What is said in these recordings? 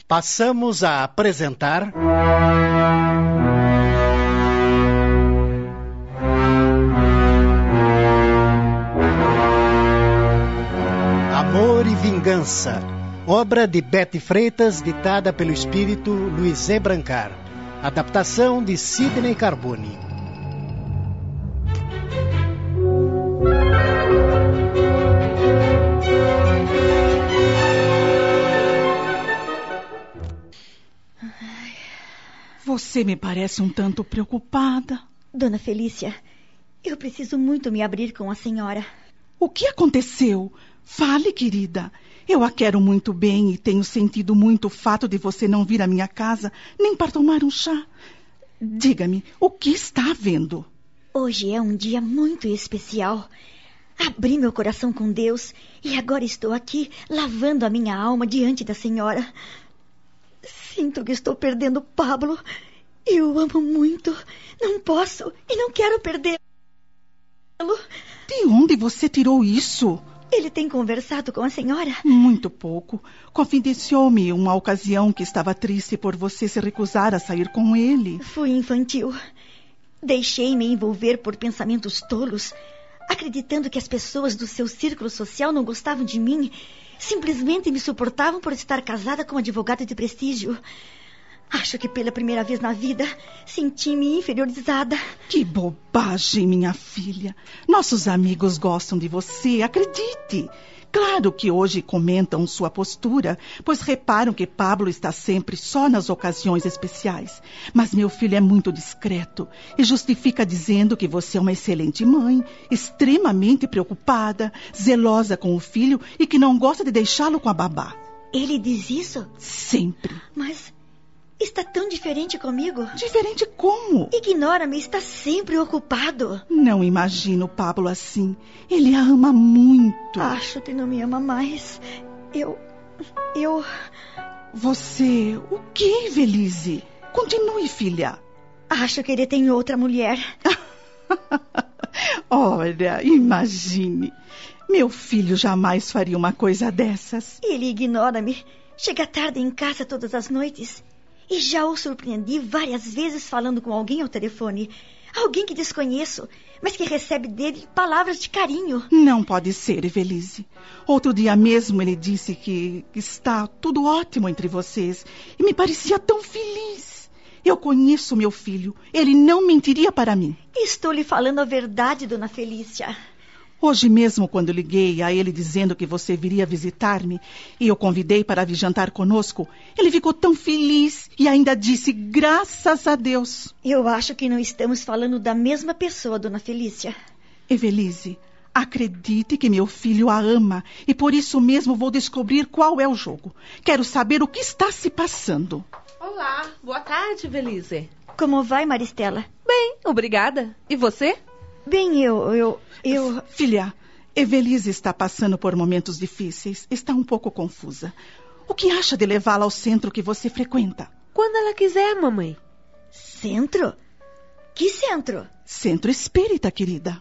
Passamos a apresentar... Amor e Vingança, obra de Bete Freitas, ditada pelo espírito Luiz E. Brancar. Adaptação de Sidney Carbone. Você me parece um tanto preocupada. Dona Felícia, eu preciso muito me abrir com a senhora. O que aconteceu? Fale, querida. Eu a quero muito bem e tenho sentido muito o fato de você não vir à minha casa nem para tomar um chá. Diga-me, o que está havendo? Hoje é um dia muito especial. Abri meu coração com Deus e agora estou aqui lavando a minha alma diante da senhora. Sinto que estou perdendo Pablo. Eu o amo muito. Não posso e não quero perdê-lo. De onde você tirou isso? Ele tem conversado com a senhora? Muito pouco. Confidenciou-me uma ocasião que estava triste por você se recusar a sair com ele. Fui infantil. Deixei-me envolver por pensamentos tolos, acreditando que as pessoas do seu círculo social não gostavam de mim. Simplesmente me suportavam por estar casada com um advogado de prestígio. Acho que pela primeira vez na vida senti-me inferiorizada. Que bobagem, minha filha. Nossos amigos gostam de você, acredite. Claro que hoje comentam sua postura, pois reparam que Pablo está sempre só nas ocasiões especiais. Mas meu filho é muito discreto e justifica dizendo que você é uma excelente mãe, extremamente preocupada, zelosa com o filho e que não gosta de deixá-lo com a babá. Ele diz isso? Sempre. Mas está tão diferente comigo. Diferente como? Ignora-me, está sempre ocupado. Não imagino Pablo assim. Ele a ama muito. Acho que não me ama mais. Eu... Você... O que, Evelise? Continue, filha. Acho que ele tem outra mulher. Ora, imagine. Meu filho jamais faria uma coisa dessas. Ele ignora-me. Chega tarde em casa todas as noites. E já o surpreendi várias vezes falando com alguém ao telefone. Alguém que desconheço, mas que recebe dele palavras de carinho. Não pode ser, Evelise. Outro dia mesmo ele disse que está tudo ótimo entre vocês. E me parecia tão feliz. Eu conheço meu filho. Ele não mentiria para mim. Estou lhe falando a verdade, dona Felícia. Hoje mesmo, quando liguei a ele dizendo que você viria visitar-me e eu convidei para vir jantar conosco, ele ficou tão feliz e ainda disse graças a Deus. Eu acho que não estamos falando da mesma pessoa, dona Felícia. Evelise, acredite que meu filho a ama e por isso mesmo vou descobrir qual é o jogo. Quero saber o que está se passando. Olá, boa tarde, Evelise. Como vai, Maristela? Bem, obrigada. E você? Bem, eu... Filha, Evelise está passando por momentos difíceis. Está um pouco confusa. O que acha de levá-la ao centro que você frequenta? Quando ela quiser, mamãe. Centro? Que centro? Centro espírita, querida.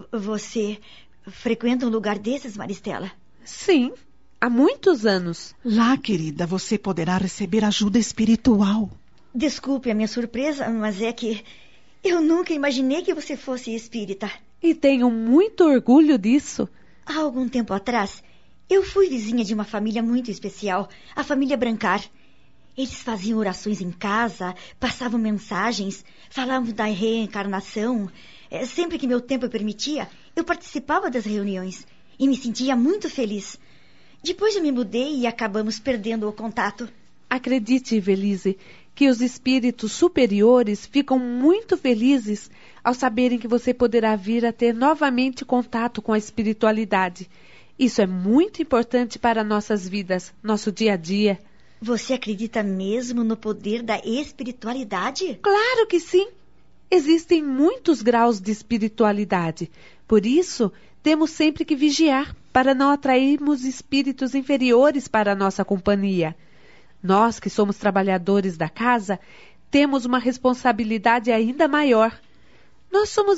Você frequenta um lugar desses, Maristela? Sim, há muitos anos. Lá, querida, você poderá receber ajuda espiritual. Desculpe a minha surpresa, mas é que eu nunca imaginei que você fosse espírita. E tenho muito orgulho disso. Há algum tempo atrás, eu fui vizinha de uma família muito especial, a família Brancar. Eles faziam orações em casa, passavam mensagens, falavam da reencarnação. Sempre que meu tempo permitia, eu participava das reuniões e me sentia muito feliz. Depois eu me mudei e acabamos perdendo o contato. Acredite, Evelise, que os espíritos superiores ficam muito felizes ao saberem que você poderá vir a ter novamente contato com a espiritualidade. Isso é muito importante para nossas vidas, nosso dia a dia. Você acredita mesmo no poder da espiritualidade? Claro que sim. Existem muitos graus de espiritualidade. Por isso, temos sempre que vigiar para não atrairmos espíritos inferiores para a nossa companhia. Nós, que somos trabalhadores da casa, temos uma responsabilidade ainda maior. Nós somos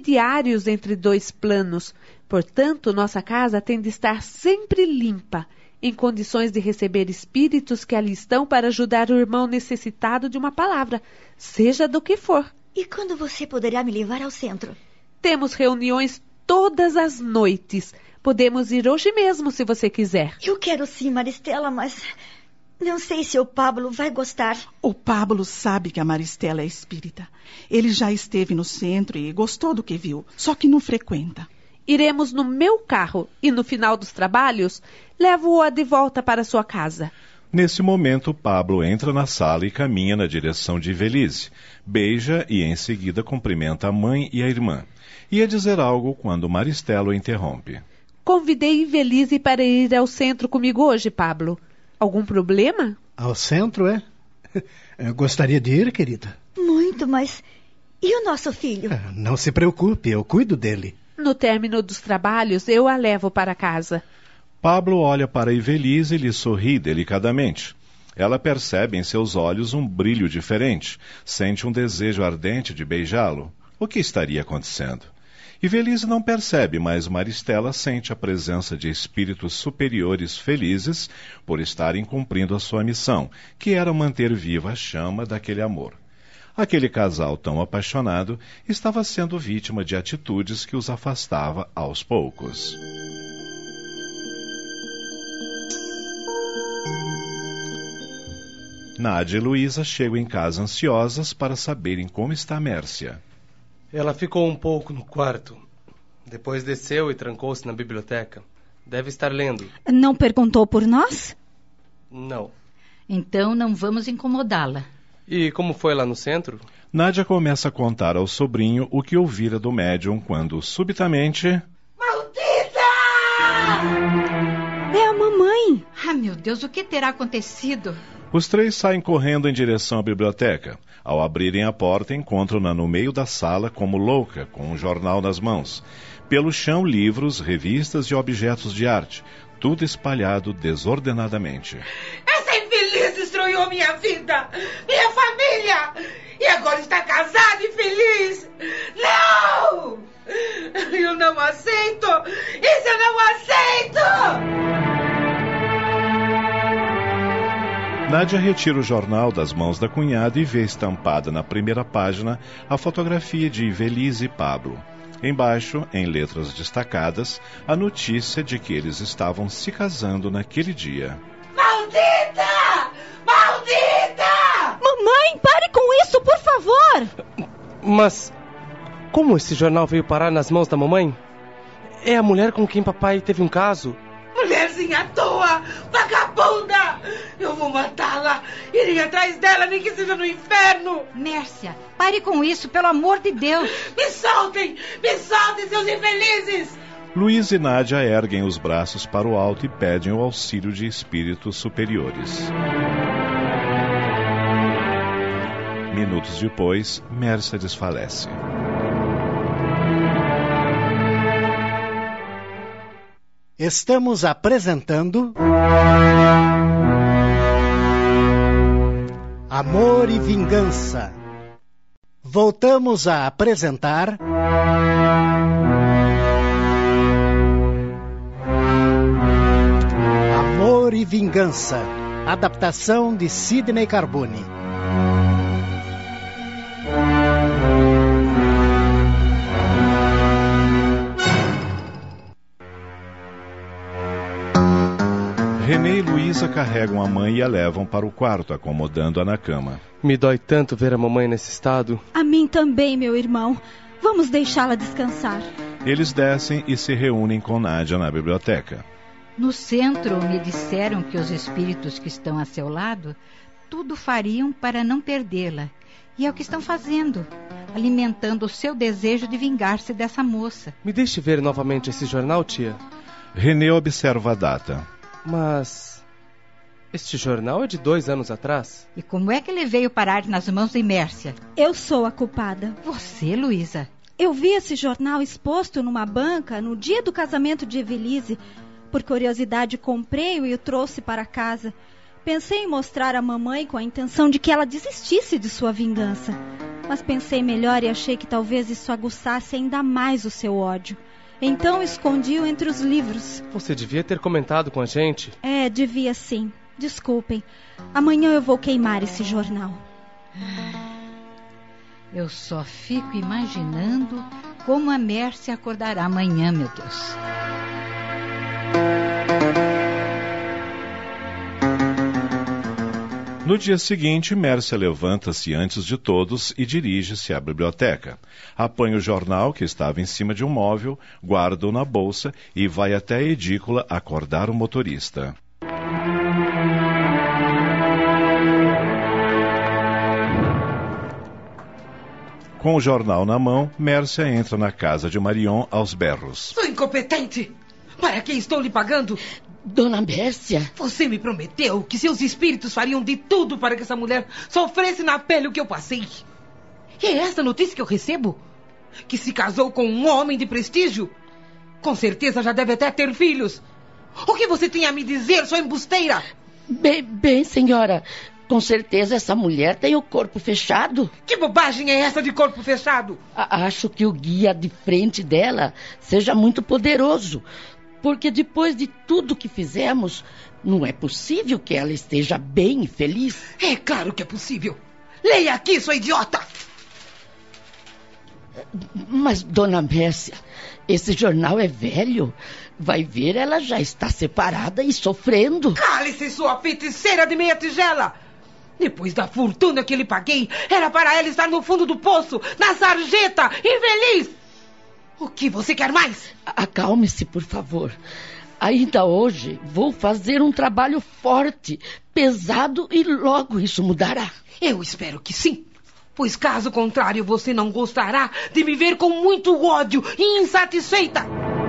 intermediários entre dois planos, portanto, nossa casa tem de estar sempre limpa, em condições de receber espíritos que ali estão para ajudar o irmão necessitado de uma palavra, seja do que for. E quando você poderá me levar ao centro? Temos reuniões todas as noites. Podemos ir hoje mesmo, se você quiser. Eu quero sim, Maristela, mas não sei se o Pablo vai gostar. O Pablo sabe que a Maristela é espírita. Ele já esteve no centro e gostou do que viu, só que não frequenta. Iremos no meu carro e no final dos trabalhos, levo-a de volta para sua casa. Nesse momento, Pablo entra na sala e caminha na direção de Ivelisse. Beija e em seguida cumprimenta a mãe e a irmã. Ia dizer algo quando Maristela o interrompe. Convidei Ivelisse para ir ao centro comigo hoje, Pablo. Algum problema? Ao centro, é? Eu gostaria de ir, querida. Muito, mas... E o nosso filho? Não se preocupe, eu cuido dele. No término dos trabalhos, eu a levo para casa. Pablo olha para Ivelisse e lhe sorri delicadamente. Ela percebe em seus olhos um brilho diferente. Sente um desejo ardente de beijá-lo. O que estaria acontecendo? Ivelisse não percebe, mas Maristela sente a presença de espíritos superiores felizes por estarem cumprindo a sua missão, que era manter viva a chama daquele amor. Aquele casal tão apaixonado estava sendo vítima de atitudes que os afastava aos poucos. Nádia e Luísa chegam em casa ansiosas para saberem como está Mércia. Ela ficou um pouco no quarto. Depois desceu e trancou-se na biblioteca. Deve estar lendo. Não perguntou por nós? Não. Então não vamos incomodá-la. E como foi lá no centro? Nádia começa a contar ao sobrinho o que ouvira do médium quando, subitamente... Maldita! É a mamãe! Ah, meu Deus, o que terá acontecido? Os três saem correndo em direção à biblioteca. Ao abrirem a porta, encontram-na no meio da sala como louca, com um jornal nas mãos. Pelo chão, livros, revistas e objetos de arte, tudo espalhado desordenadamente. Essa infeliz destruiu minha vida, minha família, e agora está casada e feliz. Não! Eu não aceito! Isso eu não aceito! Nádia retira o jornal das mãos da cunhada e vê estampada na primeira página a fotografia de Ivelisse e Pablo. Embaixo, em letras destacadas, a notícia de que eles estavam se casando naquele dia. Maldita! Maldita! Mamãe, pare com isso, por favor! Mas como esse jornal veio parar nas mãos da mamãe? É a mulher com quem papai teve um caso? Mulherzinha à toa! Vagabunda! Eu vou matá-la! Irei atrás dela, nem que seja no inferno! Mércia, pare com isso, pelo amor de Deus! Me soltem! Me soltem, seus infelizes! Luísa e Nádia erguem os braços para o alto e pedem o auxílio de espíritos superiores. Minutos depois, Mércia desfalece. Estamos apresentando Amor e Vingança. Voltamos a apresentar Amor e Vingança, adaptação de Sidney Carbone. René e Luísa carregam a mãe e a levam para o quarto, acomodando-a na cama. Me dói tanto ver a mamãe nesse estado. A mim também, meu irmão. Vamos deixá-la descansar. Eles descem e se reúnem com Nádia na biblioteca. No centro me disseram que os espíritos que estão a seu lado tudo fariam para não perdê-la. E é o que estão fazendo, alimentando o seu desejo de vingar-se dessa moça. Me deixe ver novamente esse jornal, tia. René observa a data. Mas este jornal é de 2 anos atrás. E como é que ele veio parar nas mãos de Mércia? Eu sou a culpada. Você, Luísa? Eu vi esse jornal exposto numa banca no dia do casamento de Ivelisse. Por curiosidade, comprei-o e o trouxe para casa. Pensei em mostrar à mamãe com a intenção de que ela desistisse de sua vingança. Mas pensei melhor e achei que talvez isso aguçasse ainda mais o seu ódio. Então escondi-o entre os livros. Você devia ter comentado com a gente. Devia sim. Desculpem. Amanhã eu vou queimar esse jornal. Eu só fico imaginando como a Mércia acordará amanhã, meu Deus. No dia seguinte, Mércia levanta-se antes de todos e dirige-se à biblioteca. Apanha o jornal que estava em cima de um móvel, guarda-o na bolsa e vai até a edícula acordar o motorista. Com o jornal na mão, Mércia entra na casa de Marion aos berros. Sou incompetente! Para que estou lhe pagando? Dona Mércia... Você me prometeu que seus espíritos fariam de tudo para que essa mulher sofresse na pele o que eu passei. E é essa notícia que eu recebo? Que se casou com um homem de prestígio? Com certeza já deve até ter filhos. O que você tem a me dizer, sua embusteira? Bem, senhora... Com certeza essa mulher tem o corpo fechado. Que bobagem é essa de corpo fechado? Acho que o guia de frente dela seja muito poderoso. Porque depois de tudo que fizemos, não é possível que ela esteja bem e feliz. É claro que é possível. Leia aqui, sua idiota! Mas, dona Mércia, esse jornal é velho. Vai ver, ela já está separada e sofrendo. Cale-se, sua feiticeira de meia tigela! Depois da fortuna que lhe paguei, era para ela estar no fundo do poço, na sarjeta, infeliz! O que você quer mais? Acalme-se, por favor. Ainda hoje vou fazer um trabalho forte, pesado e logo isso mudará. Eu espero que sim. Pois caso contrário, você não gostará de me ver com muito ódio e insatisfeita.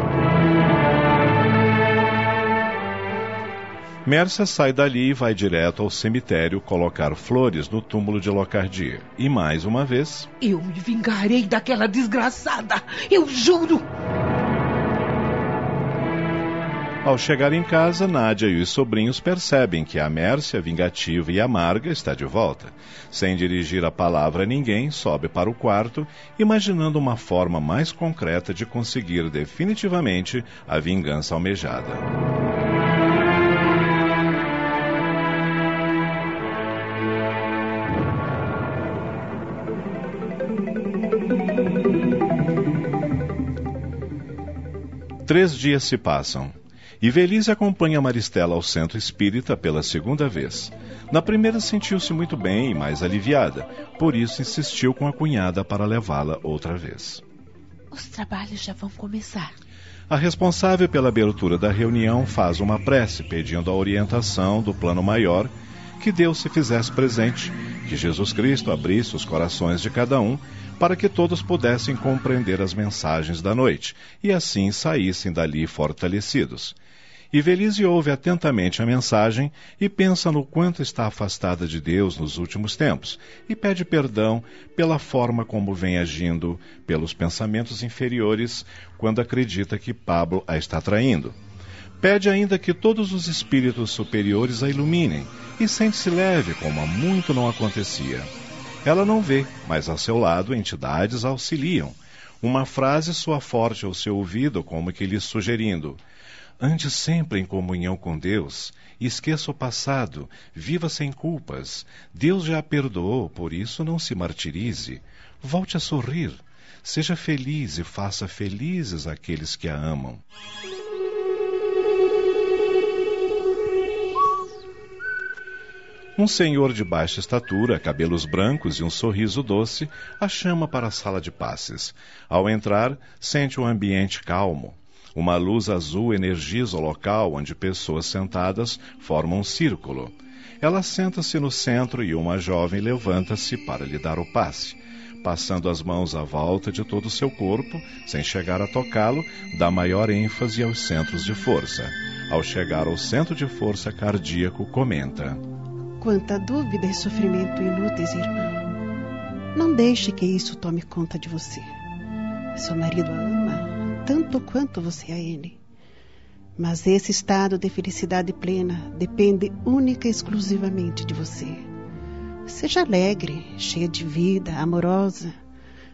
Mércia sai dali e vai direto ao cemitério colocar flores no túmulo de Locardia. E mais uma vez... Eu me vingarei daquela desgraçada, eu juro! Ao chegar em casa, Nádia e os sobrinhos percebem que a Mércia, vingativa e amarga, está de volta. Sem dirigir a palavra a ninguém, sobe para o quarto, imaginando uma forma mais concreta de conseguir definitivamente a vingança almejada. Três dias se passam. Ivelisse acompanha Maristela ao centro espírita pela segunda vez. Na primeira sentiu-se muito bem e mais aliviada, por isso insistiu com a cunhada para levá-la outra vez. Os trabalhos já vão começar. A responsável pela abertura da reunião faz uma prece pedindo a orientação do plano maior, que Deus se fizesse presente, que Jesus Cristo abrisse os corações de cada um, para que todos pudessem compreender as mensagens da noite, e assim saíssem dali fortalecidos. Ivelisse ouve atentamente a mensagem e pensa no quanto está afastada de Deus nos últimos tempos, e pede perdão pela forma como vem agindo, pelos pensamentos inferiores, quando acredita que Pablo a está traindo. Pede ainda que todos os espíritos superiores a iluminem, e sente-se leve, como há muito não acontecia. Ela não vê, mas ao seu lado entidades a auxiliam. Uma frase soa forte ao seu ouvido, como que lhe sugerindo: ande sempre em comunhão com Deus, esqueça o passado, viva sem culpas. Deus já a perdoou, por isso não se martirize. Volte a sorrir, seja feliz e faça felizes aqueles que a amam. Um senhor de baixa estatura, cabelos brancos e um sorriso doce, a chama para a sala de passes. Ao entrar, sente um ambiente calmo. Uma luz azul energiza o local onde pessoas sentadas formam um círculo. Ela senta-se no centro e uma jovem levanta-se para lhe dar o passe. Passando as mãos à volta de todo o seu corpo, sem chegar a tocá-lo, dá maior ênfase aos centros de força. Ao chegar ao centro de força cardíaco, comenta: quanta dúvida e sofrimento inúteis, irmã. Não deixe que isso tome conta de você. Seu marido a ama tanto quanto você a ele. Mas esse estado de felicidade plena depende única e exclusivamente de você. Seja alegre, cheia de vida, amorosa.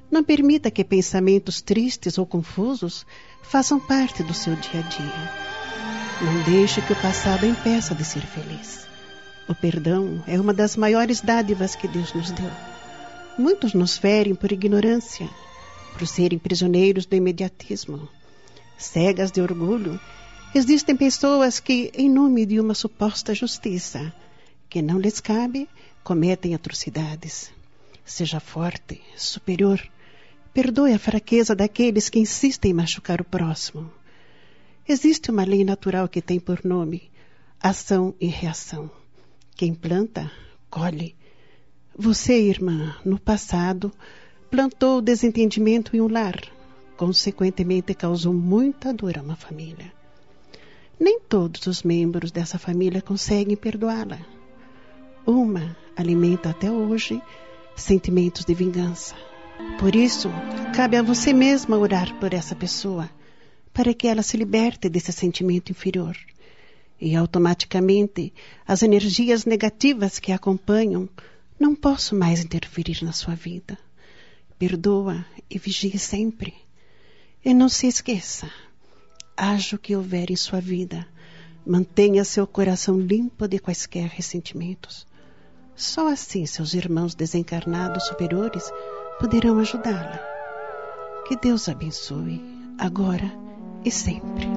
Não permita que pensamentos tristes ou confusos façam parte do seu dia a dia. Não deixe que o passado impeça de ser feliz. O perdão é uma das maiores dádivas que Deus nos deu. Muitos nos ferem por ignorância, por serem prisioneiros do imediatismo. Cegas de orgulho, existem pessoas que, em nome de uma suposta justiça que não lhes cabe, cometem atrocidades. Seja forte, superior. Perdoe a fraqueza daqueles que insistem em machucar o próximo. Existe uma lei natural que tem por nome ação e reação. Quem planta, colhe. Você, irmã, no passado, plantou o desentendimento em um lar. Consequentemente, causou muita dor a uma família. Nem todos os membros dessa família conseguem perdoá-la. Uma alimenta até hoje sentimentos de vingança. Por isso, cabe a você mesma orar por essa pessoa, para que ela se liberte desse sentimento inferior. E automaticamente, as energias negativas que a acompanham não possam mais interferir na sua vida. Perdoa e vigie sempre. E não se esqueça, haja o que houver em sua vida, mantenha seu coração limpo de quaisquer ressentimentos. Só assim seus irmãos desencarnados superiores poderão ajudá-la. Que Deus abençoe, agora e sempre.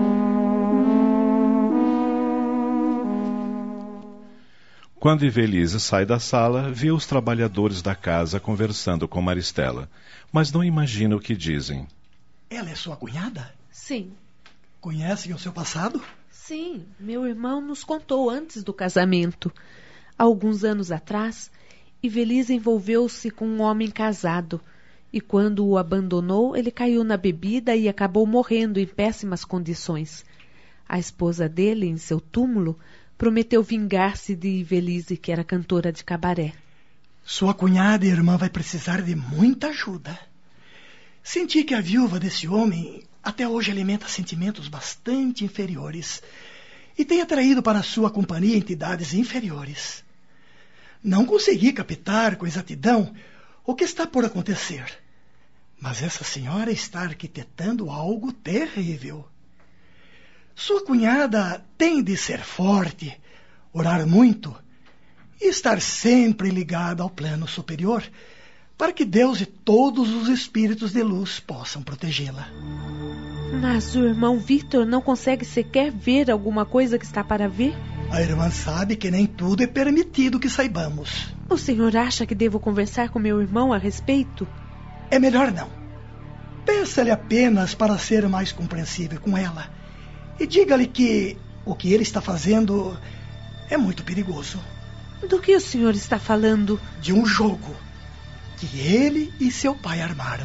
Quando Ivelisse sai da sala, vê os trabalhadores da casa conversando com Maristela, mas não imagina o que dizem. Ela é sua cunhada? Sim. Conhecem o seu passado? Sim, meu irmão nos contou antes do casamento. Há alguns anos atrás, Ivelisse envolveu-se com um homem casado, e quando o abandonou, ele caiu na bebida e acabou morrendo em péssimas condições. A esposa dele, em seu túmulo, prometeu vingar-se de Ivelisse, que era cantora de cabaré. Sua cunhada e irmã vai precisar de muita ajuda. Senti que a viúva desse homem até hoje alimenta sentimentos bastante inferiores e tem atraído para sua companhia entidades inferiores. Não consegui captar com exatidão o que está por acontecer, mas essa senhora está arquitetando algo terrível. Sua cunhada tem de ser forte, orar muito e estar sempre ligada ao plano superior para que Deus e todos os espíritos de luz possam protegê-la. Mas o irmão Victor não consegue sequer ver alguma coisa que está para ver? A irmã sabe que nem tudo é permitido que saibamos. O senhor acha que devo conversar com meu irmão a respeito? É melhor não. Peça-lhe apenas para ser mais compreensível com ela. E diga-lhe que o que ele está fazendo é muito perigoso. Do que o senhor está falando? De um jogo que ele e seu pai armaram.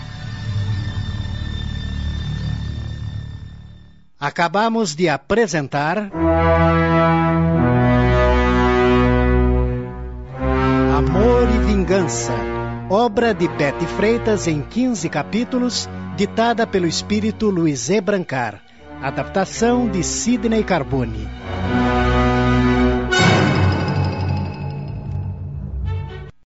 Acabamos de apresentar Amor e Vingança, obra de Betty Freitas em 15 capítulos, ditada pelo espírito Luiz Ebrancar. Adaptação de Sidney Carbone.